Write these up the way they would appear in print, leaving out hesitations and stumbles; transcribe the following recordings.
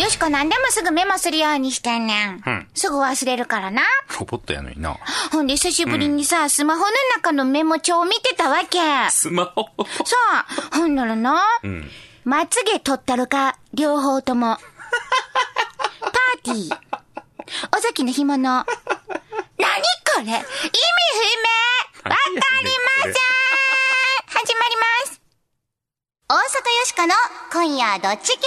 よしこなんでもすぐメモするようにしてんねん。すぐ忘れるからな。 ロボットやのにな。 ほんで久しぶりにさ、スマホの中のメモ帳を見てたわけ。 スマホそう。ほんならな、まつげ取ったるか、両方とも。パーティー。尾崎の干物。何これ、意味不明。わかりません。始まります。大阪よしこの今夜どっち系。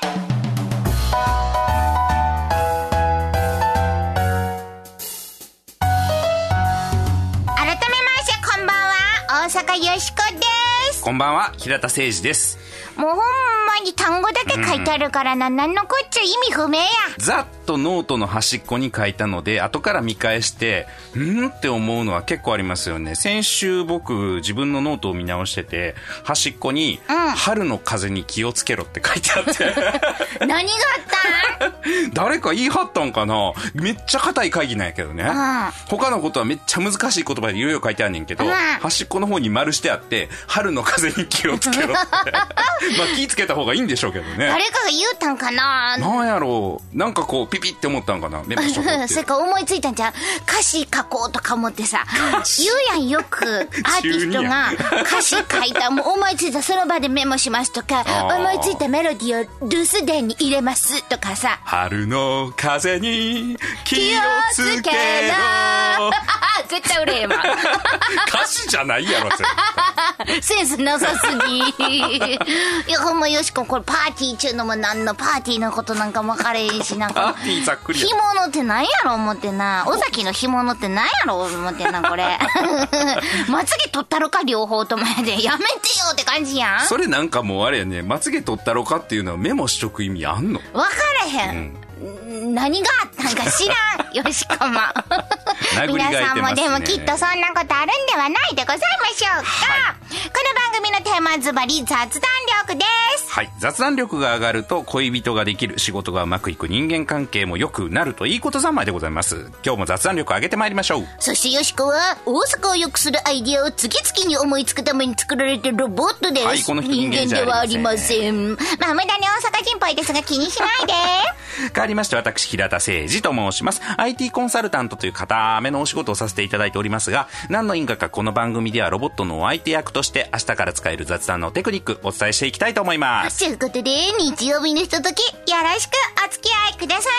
改めましてこんばんは、大阪よしこです。 こんばんは、平田誠二です。 もうほんまに単語だけ書いてあるからな、なんのこっちゃ意味不明や。 ざっとノートの端っこに書いたので、後から見返してって思うのは結構ありますよね。先週僕自分のノートを見直してて、端っこに、春の風に気をつけろって書いてあって何があったん誰か言い張ったんかな。めっちゃ硬い会議なんやけどね、他のことはめっちゃ難しい言葉でいろいろ書いてあんねんけど、端っこの方に丸してあって、春の風に気をつけろってまあ気ぃつけた方がいいんでしょうけどね。 誰かが言うたんかな。 なんやろう、なんかこうピピって思ったんかな、メモしとこうってそれか思いついたんじゃん。歌詞書こうとか思ってさ、言うやんよくアーティストが歌詞書いた、もう思いついたその場でメモしますとか、思いついたメロディーを留守電に入れますとかさ、 春の風に気をつけろ絶対売れへんわ歌詞じゃないやろそれセンスなさすぎいやほんまよしこ、これパーティー中のも何のパーティーのことなんかも分かれへんし、なんかパーティーざっくりや。 干物って何やろ思ってな、尾崎の干物って何やろ思ってな、これまつげ取ったろか両方ともやで、やめてよって感じやん。 それなんかもうあれやね、まつげ取ったろかっていうのはメモしとく意味あんの？ 分からへん、何があったんか知らんよしこも皆さんもでもきっとそんなことあるんではないでございましょうか、この番組のテーマはズバリ雑談力です。 はい、雑談力が上がると恋人ができる、仕事がうまくいく、人間関係も良くなるといいこと三昧でございます。今日も雑談力を上げてまいりましょう。 そしてよしこは大阪を良くするアイディアを次々に思いつくために作られているロボットです、 はい、この人間ではありません。まあ無駄に大阪人っぽいですが気にしないで変わりまして私平田誠二と申します。 IT コンサルタントという固めのお仕事をさせていただいておりますが、何の因果かこの番組ではロボットのお相手役として明日から使える雑談のテクニックお伝えしていきたいと思います。 ということで日曜日のひとときよろしくお付き合いください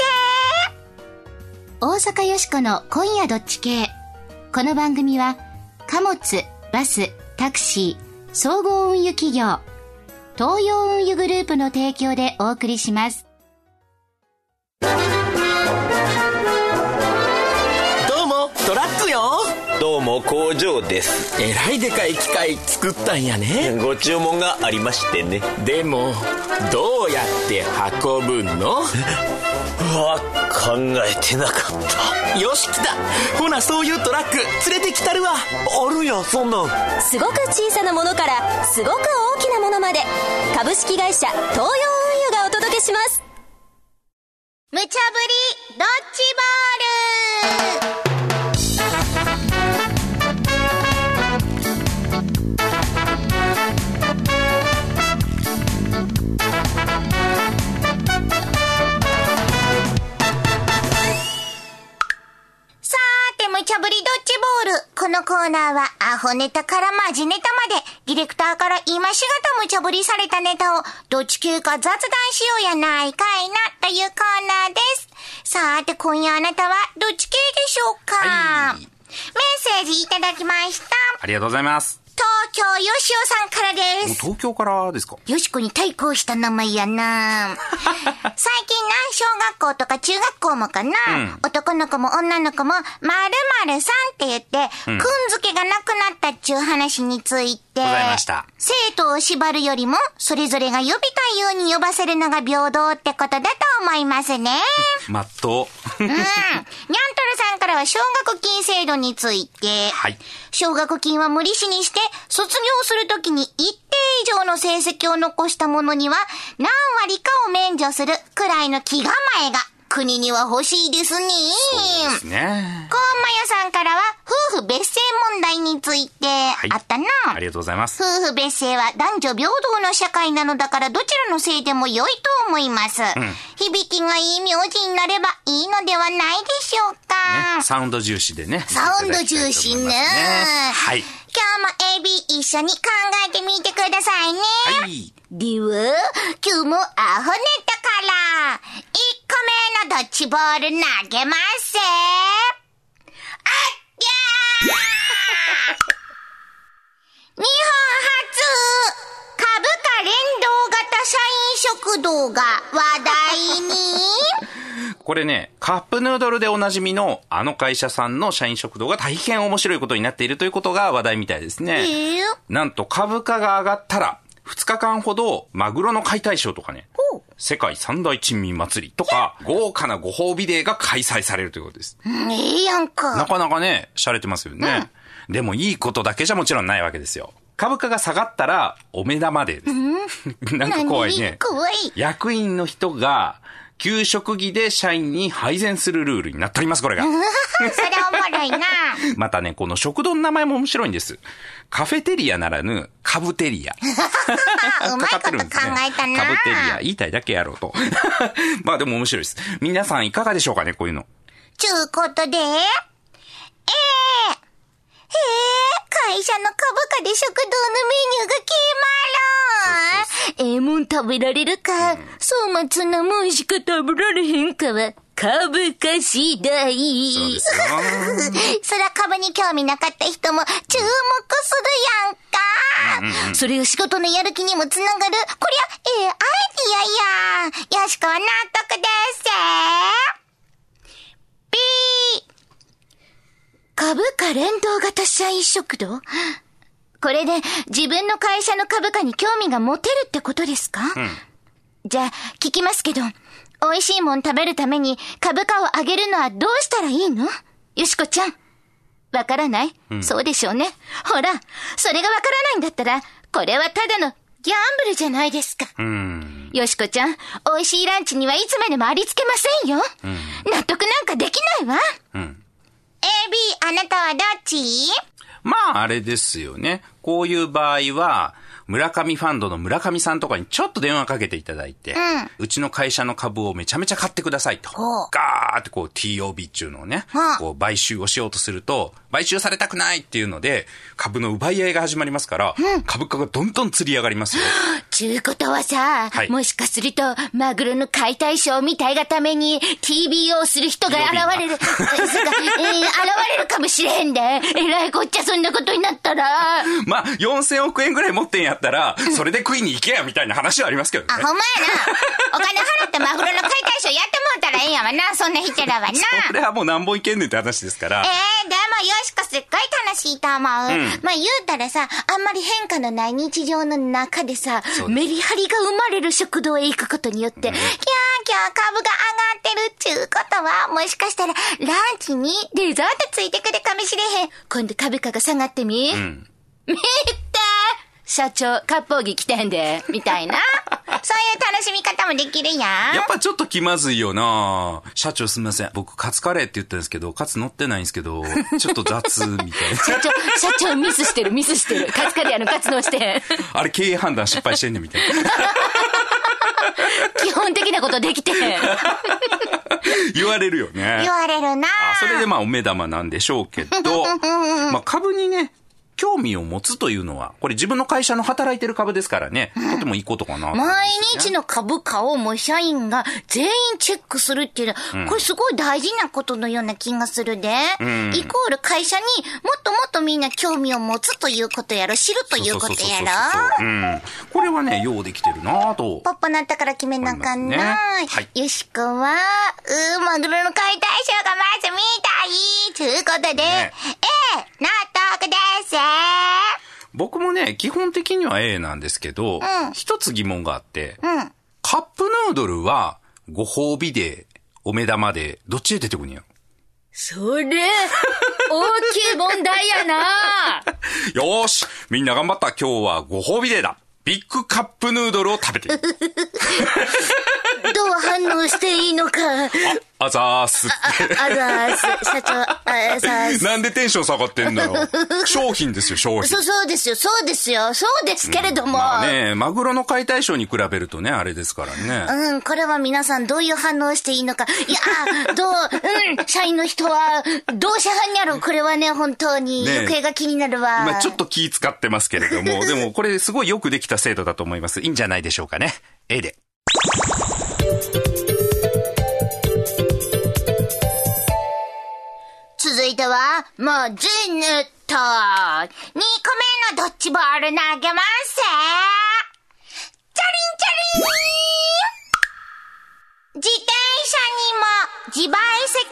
ませ。大阪よしこの今夜どっち系。この番組は貨物、バス、タクシー、総合運輸企業東洋運輸グループの提供でお送りします。 どうもトラックよ。 どうも工場です。 えらいでかい機械作ったんやね。 ご注文がありましてね。 でもどうやって運ぶの？ 考えてなかった。 よし来た。ほなそういうトラック連れてきたるわ。 あるやそんなん。 すごく小さなものからすごく大きなものまで、株式会社東洋運輸がお届けします。 無茶ぶりドッジボール。無茶ぶりドッジボール。このコーナーはアホネタからマジネタまでディレクターから今しがた無茶ぶりされたネタをどっち系か雑談しようやないかいなというコーナーです。さて今夜あなたはどっち系でしょうか、メッセージいただきました。 ありがとうございます。 東京よしおさんからです。 東京からですか？よしこに対抗した名前やな最近な、小学校とか中学校もかな、男の子も女の子も〇〇さんって言って、くんづけがなくなったっちゅう話についてございました。 生徒を縛るよりもそれぞれが呼びたいように呼ばせるのが平等ってことだと思いますねまっとうにゃんとるさんからは奨学金制度について、奨学金は無利子にして卒業するときに一定以上の成績を残した者には何割かを免除するくらいの気構えが国には欲しいですね。 そうですね。 コンマヤさんからは、夫婦別姓問題について、あったな。 ありがとうございます。 夫婦別姓は男女平等の社会なのだからどちらの姓でも良いと思います。響きがいい名字になればいいのではないでしょうか。 ね、サウンド重視でね。 サウンド重視ね。 はい。 今日も AB 一緒に考えてみてくださいね。 はい。 では、今日もアホネタから、1個目のドッジボール投げますぜ。あっやー日本初、株価連動型社員食堂が話題にこれね、カップヌードルでおなじみのあの会社さんの社員食堂が大変面白いことになっているということが話題みたいですね。なんと株価が上がったら、2日間ほどマグロの解体ショーとかね、世界三大珍味祭りとか、豪華なご褒美デーが開催されるということです。 やんか。 なかなかね、洒落てますよね。でもいいことだけじゃもちろんないわけですよ。株価が下がったら、お目玉デーです。なんか怖いね。 怖い。 役員の人が、給食着で社員に配膳するルールになっております、これが。 それおもろいな。 またね、この食堂の名前も面白いんです。カフェテリアならぬ、カブテリア。 うまいこと考えたな。 カブテリア。言いたいだけやろうと。まあでも面白いです。皆さんいかがでしょうかね、こういうの。 ちゅうことで、会社の株価で食堂のメニューが決まる。もん食べられるか、粗末なもんしか食べられへんかは、株価次第。 そうですよ。 そら株に興味なかった人も注目するやんか。それを仕事のやる気にもつながる。こりゃ、アイディアや。よしこは納得です。株価連動型社員食堂？これで自分の会社の株価に興味が持てるってことですか？じゃあ、聞きますけど、美味しいもん食べるために株価を上げるのはどうしたらいいの？よしこちゃん。わからない？そうでしょうね。ほら、それがわからないんだったら、これはただのギャンブルじゃないですか。よしこちゃん、美味しいランチにはいつまでもありつけませんよ。納得なんかできないわ。AB、あなたはどっち？ まあ、あれですよね。こういう場合は、村上ファンドの村上さんとかにちょっと電話かけていただいて、うちの会社の株をめちゃめちゃ買ってくださいと。ガーってこう TOB っていうのをね、こう買収をしようとすると、買収されたくないっていうので、株の奪い合いが始まりますから、株価がどんどん釣り上がりますよ。 ちゅうことはさ、もしかすると、マグロの解体ショーみたいがために TBO する人が現れる。現れるかもしれへんで。えらいこっちゃそんなことになったら。 まあ、4000億円ぐらい持ってんやったら、それで食いに行けやみたいな話はありますけどね。 ほんまやな。お金払ってマグロの解体ショーやってもうたらええんやわな、そんな人らはな。 それはもう何本いけんねんって話ですから。 でもよしこすっごい楽しいと思う。まあ言うたらさ、あんまり変化のない日常の中でさ、メリハリが生まれる食堂へ行くことによって、キャーキャー株が上がってるっちゅうことは、もしかしたらランチにデザートついてくるかもしれへん。今度株価が下がってみ。見て社長、割烹着着てんで、みたいな。そういう楽しみ方もできるやん。 やっぱちょっと気まずいよな。社長すみません。僕、カツカレーって言ったんですけど、カツ乗ってないんですけど、ちょっと雑、みたいな。 社長ミスしてる。カツカレーカツ乗して。 あれ、経営判断失敗してんねん、みたいな。 基本的なことできてへん。 言われるよね。 言われるな。 それでまあ、お目玉なんでしょうけど、まあ、株にね、興味を持つというのは、これ自分の会社の働いてる株ですからね、とてもいいことかな、 毎日の株価をもう社員が全員チェックするっていうのは、これすごい大事なことのような気がするで、イコール会社にもっともっとみんな興味を持つということやろ、知るということやろ。 これはね、ようできてるなぁと。 ポッポなったから決めなあかんな。よしこは、マグロの解体ショーがまず見たいということで、納得です。 僕もね、基本的には A なんですけど、一つ疑問があって、カップヌードルはご褒美で、お目玉で、どっちで出てくるんやろ？ それ、大きい問題やな。 よーし、みんな頑張った。今日はご褒美デーだ。ビッグカップヌードルを食べている。 どう反応していいのか。 あざーす。 あざーす。社長、あざーす。 なんでテンション下がってんだよ。商品ですよ、商品。 そうですよ。そうですけれども。 まあね、マグロの解体ショーに比べるとね、あれですからね。 これは皆さんどういう反応していいのか。いや、社員の人は、どうしはんやろ。これはね、本当に、行方が気になるわ。 まあちょっと気使ってますけれども、でもこれすごいよくできた制度だと思います。いいんじゃないでしょうかね。A で。 続いては、マジネット。2個目のドッジボール投げます。チャリンチャリン。自転車にも自賠責保険の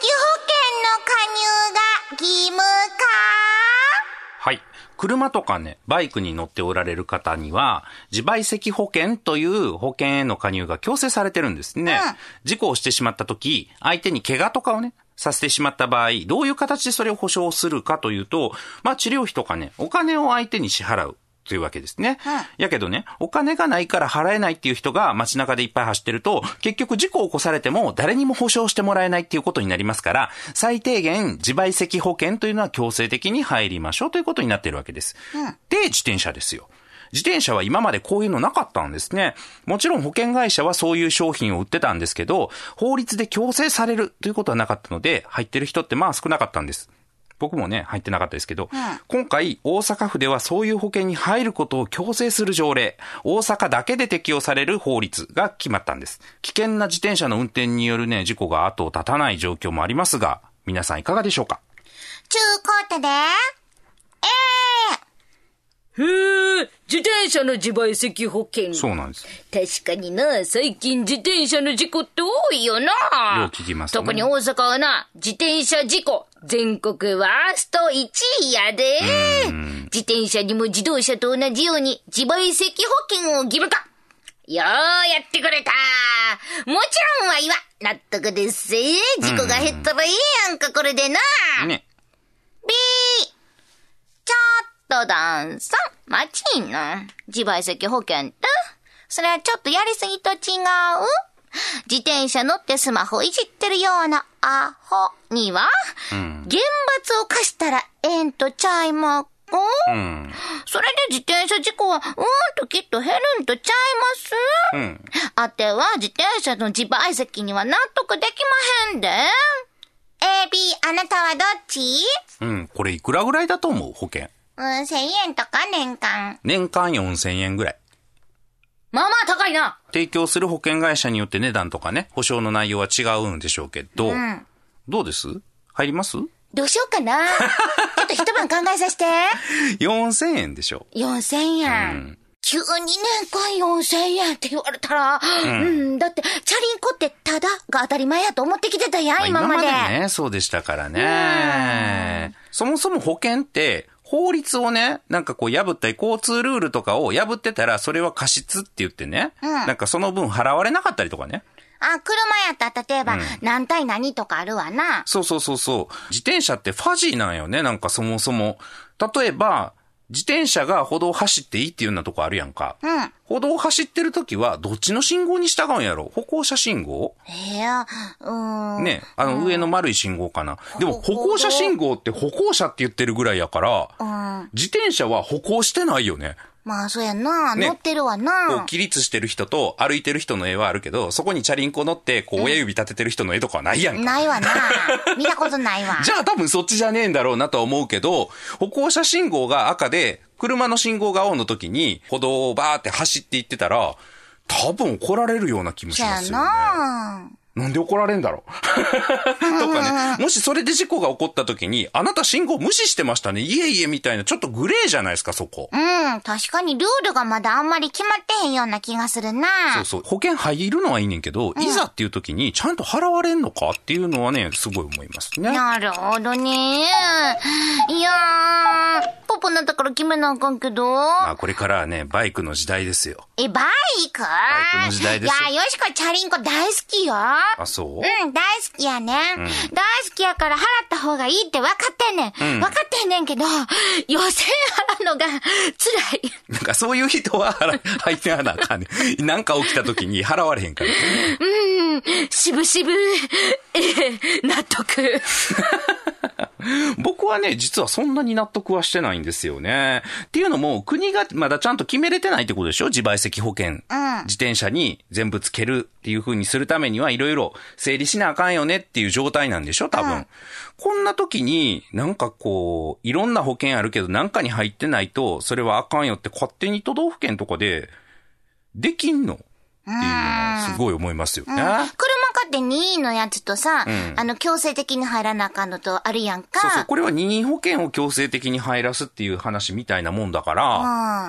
加入が義務化。 はい。車とかね、バイクに乗っておられる方には、自賠責保険という保険への加入が強制されてるんですね。事故をしてしまった時、相手に怪我とかをね、させてしまった場合、どういう形でそれを保証するかというと、まあ治療費とかね、お金を相手に支払うというわけですね。やけどね、お金がないから払えないっていう人が街中でいっぱい走ってると、結局事故を起こされても誰にも保証してもらえないっていうことになりますから、最低限自賠責保険というのは強制的に入りましょうということになっているわけです。で、自転車ですよ。自転車は今までこういうのなかったんですね。もちろん保険会社はそういう商品を売ってたんですけど、法律で強制されるということはなかったので、入ってる人ってまあ少なかったんです。僕もね、入ってなかったですけど、今回大阪府ではそういう保険に入ることを強制する条例、大阪だけで適用される法律が決まったんです。危険な自転車の運転によるね、事故が後を絶たない状況もありますが、皆さんいかがでしょうか？ ちゅうことで、 自転車の自賠責保険。 そうなんです。 確かにな、最近自転車の事故って多いよな。 よう聞きますね。 特に大阪はな、自転車事故、全国ワースト1位やで。自転車にも自動車と同じように自賠責保険を義務化。ようやってくれた。もちろんはいいわ。納得ですぜ。事故が減ったらいいやんか、これでな。 ね。 B。ちょっとダンさん。マチンの自賠責保険ってそれはちょっとやりすぎと違う？自転車乗ってスマホいじってるようなアホには、厳罰を課したらええんとちゃいまっこ？それで自転車事故はときっと減るんとちゃいます？あては自転車の自賠責には納得できまへんで。A、B、あなたはどっち？ これいくらぐらいだと思う？保険。 1000円とか年間。 年間4000円ぐらい。 まあまあ高いな。 提供する保険会社によって値段とかね、保証の内容は違うんでしょうけど、どうです？入ります？ どうしようかな。ちょっと一晩考えさせて。 4000円でしょ。 4000円。急に年間4000円って言われたら、だって、チャリンコってただが当たり前やと思ってきてたやん、今まで。 今までね、そうでしたからね。そもそも保険って、法律をね、なんかこう破ったり、交通ルールとかを破ってたら、それは過失って言ってね、なんかその分払われなかったりとかね。 車やったら例えば、何対何とかあるわな。 そう。自転車ってファジーなんよね、なんかそもそも。例えば、自転車が歩道走っていいっていうようなとこあるやんか。歩道走ってる時は、どっちの信号に従うんやろ？歩行者信号？ね、上の丸い信号かな。でも、歩行者信号って歩行者って言ってるぐらいやから、自転車は歩行してないよね。 まあ、そうやな。乗ってるわな。 こう、起立してる人と歩いてる人の絵はあるけど、そこにチャリンコ乗って、こう、親指立ててる人の絵とかはないやんか。 ないわな。見たことないわ。 じゃあ多分そっちじゃねえんだろうなとは思うけど、歩行者信号が赤で、車の信号が青の時に、歩道をバーって走っていってたら、多分怒られるような気もしますよね。なんで怒られんだろうとかね。もしそれで事故が起こった時に、あなた信号無視してましたね。いえみたいな、ちょっとグレーじゃないですか、そこ。 確かにルールがまだあんまり決まってへんような気がするな。 そう。保険入るのはいいねんけど、いざっていう時にちゃんと払われんのかっていうのはね、すごい思いますね。 なるほどね。いやー、ポポなったから決めなあかんけど。 まあこれからはね、バイクの時代ですよ。 バイクの時代ですよ。 いや、よしこチャリンコ大好きよ。 あ、そう？ 大好きやね。大好きやから払った方がいいって分かってんねん。分かってんねんけど、予選払うのが辛い。 なんかそういう人は入ってなあかんねん。なんか起きた時に払われへんから。 しぶしぶ、納得。 僕はね、実はそんなに納得はしてないんですよね。っていうのも、国がまだちゃんと決めれてないってことでしょ？自賠責保険。自転車に全部つけるっていう風にするためにはいろいろ整理しなあかんよねっていう状態なんでしょ？多分。こんな時に、なんかこう、いろんな保険あるけど、なんかに入ってないと、それはあかんよって勝手に都道府県とかで、できんの？っていうのはすごい思いますよね。 車買って任意のやつとさ、強制的に入らなあかんのとあるやんか。 そうそう、これは任意保険を強制的に入らすっていう話みたいなもんだから、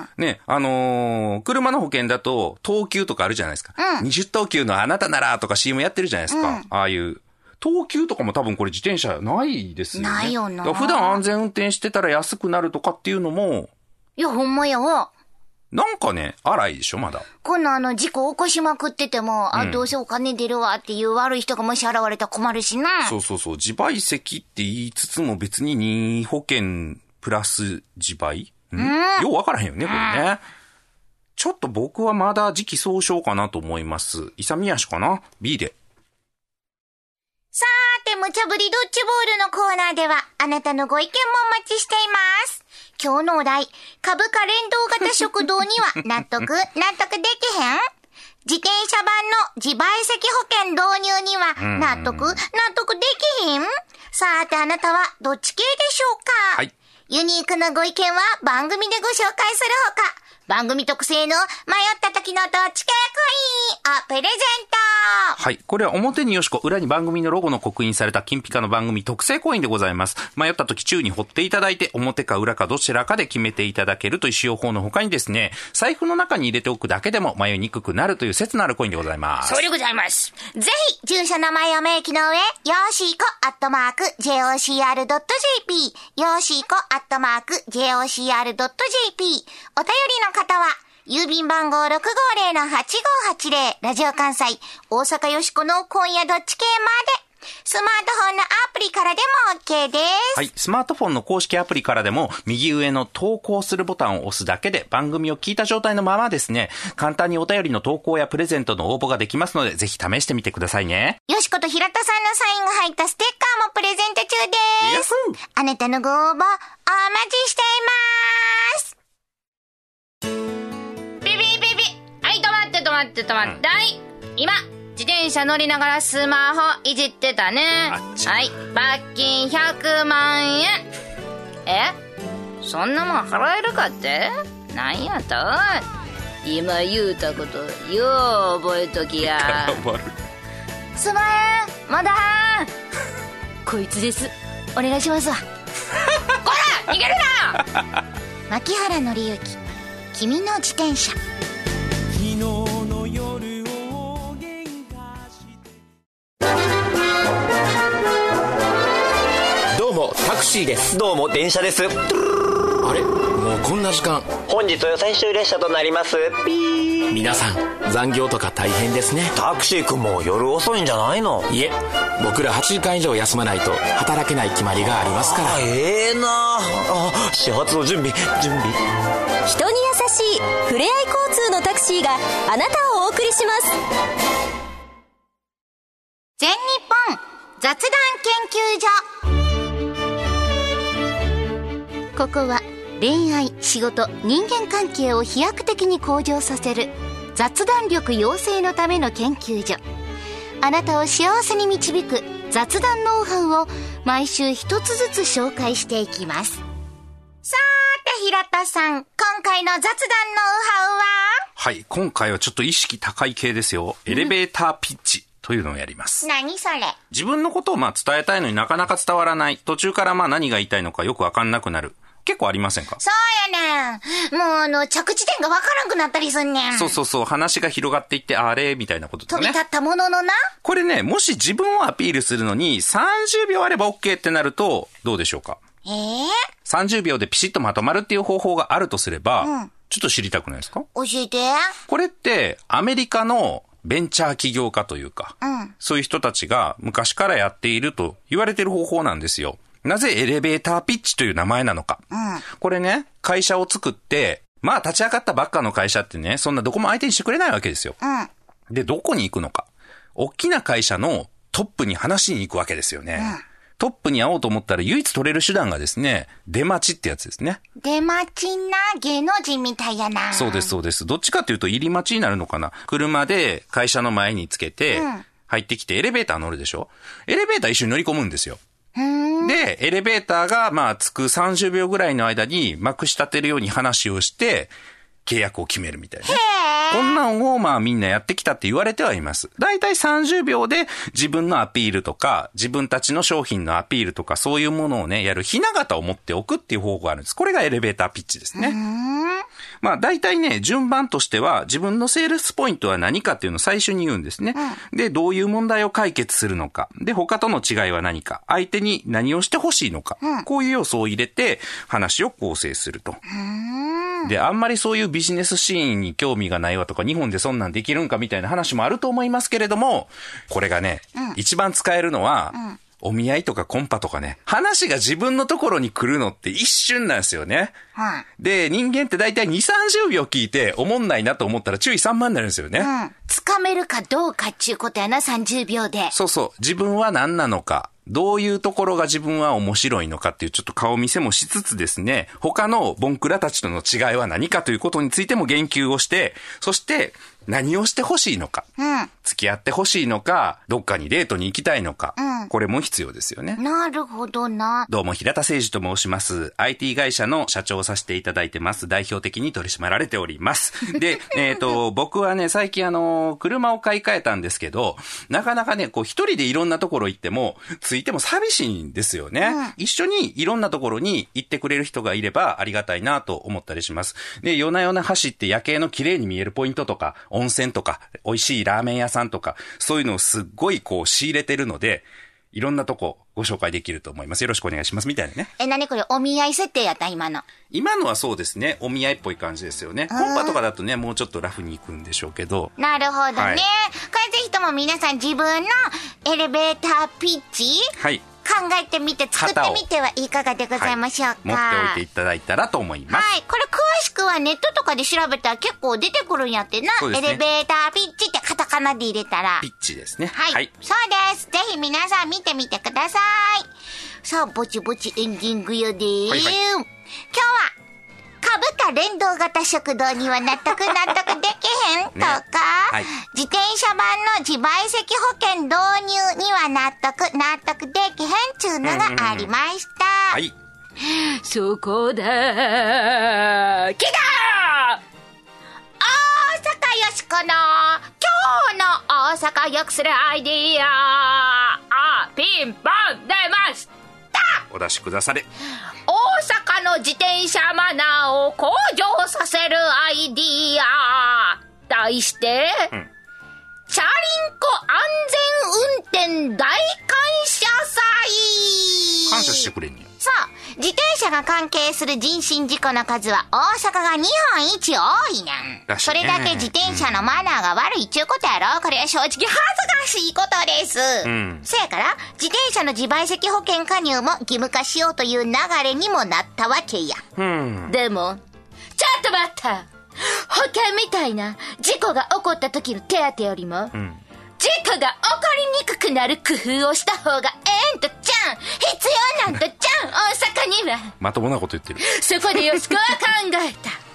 ね、車の保険だと、等級とかあるじゃないですか。20等級のあなたならとか CM やってるじゃないですか。ああいう。等級とかも多分これ自転車ないですよね。 ないよな。 普段安全運転してたら安くなるとかっていうのも。 いや、ほんまやわ。 なんかね、荒いでしょ、まだ。 こんな事故起こしまくってても、どうせお金出るわっていう悪い人がもし現れたら困るしな。 そうそうそう。自賠責って言いつつも別に任意保険プラス自賠？ようわからへんよね、これね。ちょっと僕はまだ時期尚早かなと思います。勇み足かな？ B で。 さーて、無茶ぶりドッジボールのコーナーでは、あなたのご意見もお待ちしています。今日のお題、株価連動型食堂には納得できへん？自転車版の自賠責保険導入には納得できへん？さーて、あなたはどっち系でしょうか？ はい。 ユニークなご意見は番組でご紹介するほか、番組特製の迷った時のどっち系コインをプレゼント。 はい。これは表によしこ、裏に番組のロゴの刻印された金ピカの番組特製コインでございます。迷った時宙に掘っていただいて、表か裏かどちらかで決めていただけるという使用法の他にですね、財布の中に入れておくだけでも迷いにくくなるという説のあるコインでございます。 そうでございます。 ぜひ、住所名前を明記の上、よーしーこ@jocr.jp、よーしーこ@jocr.jp、お便りの方は、郵便番号 650-8580 ラジオ関西大阪よしこの今夜どっち系までスマートフォンのアプリからでも OK です。 はい。スマートフォンの公式アプリからでも右上の投稿するボタンを押すだけで番組を聞いた状態のままですね、簡単にお便りの投稿やプレゼントの応募ができますので、ぜひ試してみてくださいね。 よしこと平田さんのサインが入ったステッカーもプレゼント中です。あなたのご応募お待ちしています。 止まって、はい。今、自転車乗りながらスマホいじってたね。はい。罰金100万円。そんなもん払えるかって？なんやと？今言うたことよう覚えときや。 すまへん、まだこいつです。 お願いしますわ。 こら逃げるな。 牧原紀之、君の自転車。 どうもタクシーです。 どうも電車です。 あれ、もうこんな時間。 本日は最終列車となります。ピー。 皆さん残業とか大変ですね。 タクシーくんも夜遅いんじゃないの？ いえ、僕ら8時間以上休まないと働けない決まりがありますから。 始発の準備。 人に優しいふれあい交通のタクシーがあなたをお送りします。 全日本雑談研究所。ここは恋愛、仕事、人間関係を飛躍的に向上させる雑談力養成のための研究所。あなたを幸せに導く雑談ノウハウを毎週一つずつ紹介していきます。さーて平田さん、今回の雑談ノウハウは？ はい、今回はちょっと意識高い系ですよ。エレベーターピッチというのをやります。 何それ？ 自分のことを伝えたいのになかなか伝わらない。途中から何が言いたいのかよくわかんなくなる。結構ありませんか？ そうやねん。もう着地点がわからんくなったりすんねん。 そう。話が広がっていって、あれみたいなことですね。 飛び立ったもののな。 これね、もし自分をアピールするのに30秒あれば OK ってなると、どうでしょうか？30秒でピシッとまとまるっていう方法があるとすれば、ちょっと知りたくないですか？ 教えて。 これって、アメリカのベンチャー起業家というか、そういう人たちが昔からやっていると言われている方法なんですよ。なぜエレベーターピッチという名前なのか。これね、会社を作って、 まあ立ち上がったばっかの会社ってね、そんなどこも相手にしてくれないわけですよ。で、どこに行くのか。大きな会社のトップに話しに行くわけですよね。トップに会おうと思ったら唯一取れる手段がですね、出待ちってやつですね。 出待ちな、芸能人みたいやな。 そうです、そうです。どっちかというと入り待ちになるのかな。車で会社の前につけて、入ってきてエレベーター乗るでしょ。エレベーター一緒に乗り込むんですよ。で、エレベーターがまあ着く30秒ぐらいの間にまくし立てるように話をして契約を決めるみたいな。こんなんをまあみんなやってきたって言われてはいます。だいたい30秒で自分のアピールとか自分たちの商品のアピールとかそういうものをねやるひな形を持っておくっていう方法があるんです。これがエレベーターピッチですね。まあ大体ね順番としては自分のセールスポイントは何かっていうのを最初に言うんですね。でどういう問題を解決するのか。で他との違いは何か。相手に何をしてほしいのか。こういう要素を入れて話を構成すると。で、あんまりそういうビジネスシーンに興味がないわとか、日本でそんなんできるんかみたいな話もあると思いますけれども、これがね、一番使えるのは、お見合いとかコンパとかね、話が自分のところに来るのって一瞬なんですよね。で、人間って大体2、30秒聞いて、おもんないなと思ったら注意散漫になるんですよね。 つかめるかどうかっていうことやな、30秒で。 そうそう。自分は何なのか。どういうところが自分は面白いのかっていうちょっと顔見せもしつつですね、他のボンクラたちとの違いは何かということについても言及をして、そして何をしてほしいのか、付き合ってほしいのか、どっかにデートに行きたいのか、これも必要ですよね。 なるほどな。 どうも平田誠二と申します。IT 会社の社長をさせていただいてます。代表的に取り締まられております。で、僕はね、最近車を買い替えたんですけど、なかなかね、こう一人でいろんなところ行っても、ついても寂しいんですよね。一緒にいろんなところに行ってくれる人がいればありがたいなと思ったりします。で、夜な夜な走って夜景の綺麗に見えるポイントとか、温泉とか、美味しいラーメン屋さんとか、そういうのをすっごいこう仕入れてるので、いろんなとこご紹介できると思います。よろしくお願いします。みたいなね。 何これ、お見合い設定やった今の。 今のはそうですね。お見合いっぽい感じですよね。コンパとかだとね、もうちょっとラフに行くんでしょうけど。 なるほどね。これぜひとも皆さん自分のエレベーターピッチ、考えてみて作ってみてはいかがでございましょうか。 持っておいていただいたらと思います。 これ詳しくはネットとかで調べたら結構出てくるんやってな。エレベーターピッチってカタカナで入れたら。 ピッチですね。 そうです。ぜひ皆さん見てみてください。さあ、ぼちぼちエンディングよでー。今日は株価連動型食堂には納得できへんとか、自転車版の自賠責保険導入には納得できへんちゅうのがありました。 そこだー。来たー。大阪よしこの今日の大阪よくするアイディア。ピンポン出ました。 お出しくだされ。 大阪の自転車マナーを向上させるアイディア。題して、チャリンコ安全運転大感謝祭。 感謝してくれんねや。 そう、自転車が関係する人身事故の数は大阪が日本一多いねん。それだけ自転車のマナーが悪いっちゅうことやろ。これは正直恥ずかしいことです。せやから自転車の自賠責保険加入も義務化しようという流れにもなったわけや。 でもちょっと待った。保険みたいな事故が起こった時の手当よりも、事故が起こりにくくなる工夫をした方がええんとちゃん。必要なんとちゃん。大阪にはまともなこと言ってる。 そこでよしこは考えた。チャリンコ安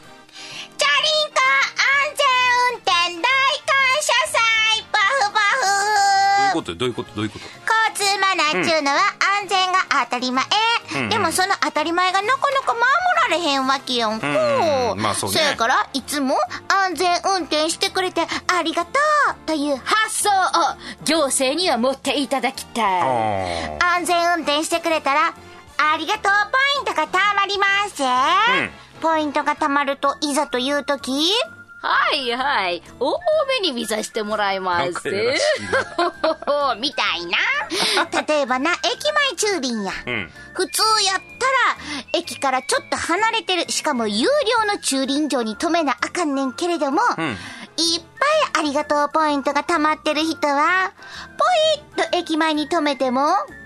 全運転大感謝祭。パフパフ。 どういうこと交通マナーっちゅうのは安全が当たり前。でもその当たり前がなかなか守られへんわけやんか。そやからいつも安全運転してくれてありがとうという発想を行政には持っていただきたい。 安全運転してくれたらありがとうポイントがたまりますぜ。ポイントがたまるといざという時、 多めに見させてもらいます。 みたいな。例えばな、駅前駐輪や。普通やったら駅からちょっと離れてる、しかも有料の駐輪場に止めなあかんねんけれども、いっぱいありがとうポイントがたまってる人はポイッと駅前に止めても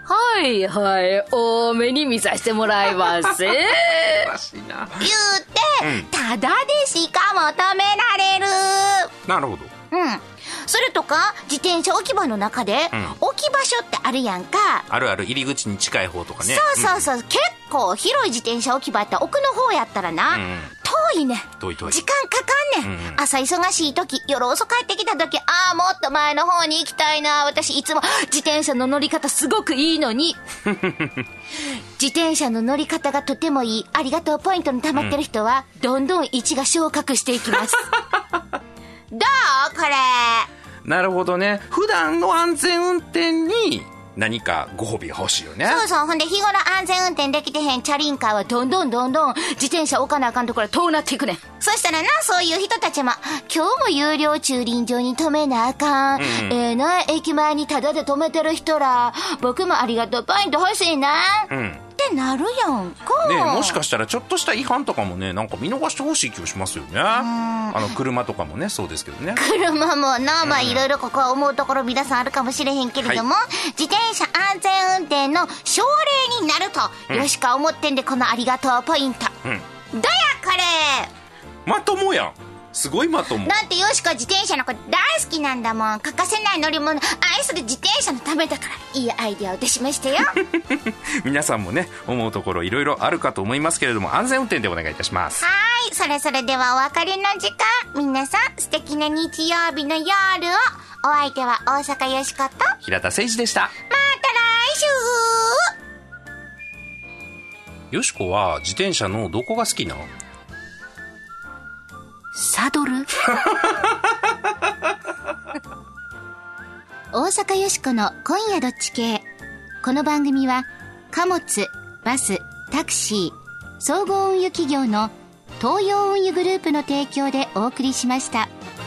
はいはい、多めに見させてもらいます。 らしいな。 言うて、ただでしか求められる。 なるほど。 それとか自転車置き場の中で、置き場所ってあるやんか。 あるある、入り口に近い方とかね。 そうそうそう、結構広い自転車置き場って奥の方やったらな、遠いね。 遠い。 時間かかんねん。朝忙しい時、夜遅帰ってきた時、もっと前の方に行きたいな。私いつも自転車の乗り方すごくいいのに。自転車の乗り方がとてもいい、ありがとうポイントに溜まってる人は、どんどん位置が昇格していきます。どうこれ。 なるほどね。普段の安全運転に何かご褒美が欲しいよね。 そうそう。ほんで日頃安全運転できてへんチャリンカーはどんどん自転車置かなあかんところ遠なっていくねん。そしたらな、そういう人たちも今日も有料駐輪場に止めなあかん、駅前にタダで止めてる人ら、僕もありがとうポイント欲しいな、ってなるやんか。 ね、もしかしたらちょっとした違反とかもね、なんか見逃してほしい気がしますよね。車とかもね、そうですけどね。 車もな、いろいろここは思うところ皆さんあるかもしれへんけれども、自転車安全運転の奨励になると、よしか思ってんで、このありがとうポイント。どやこれ。 まともやん。すごいまとも。 だってよしか自転車のこと大好きなんだもん。欠かせない乗り物、愛する自転車のためだから、いいアイデアを出しましたよ。 皆さんもね、思うところいろいろあるかと思いますけれども、安全運転でお願いいたします。 はい、それではお別れの時間。皆さん素敵な日曜日の夜を。お相手は大阪よしこと平田誠二でした。 また来週。 よしこは自転車のどこが好きなの？ サドル。大阪よしこの今夜どっち系。この番組は貨物、バス、タクシー、総合運輸企業の東洋運輸グループの提供でお送りしました。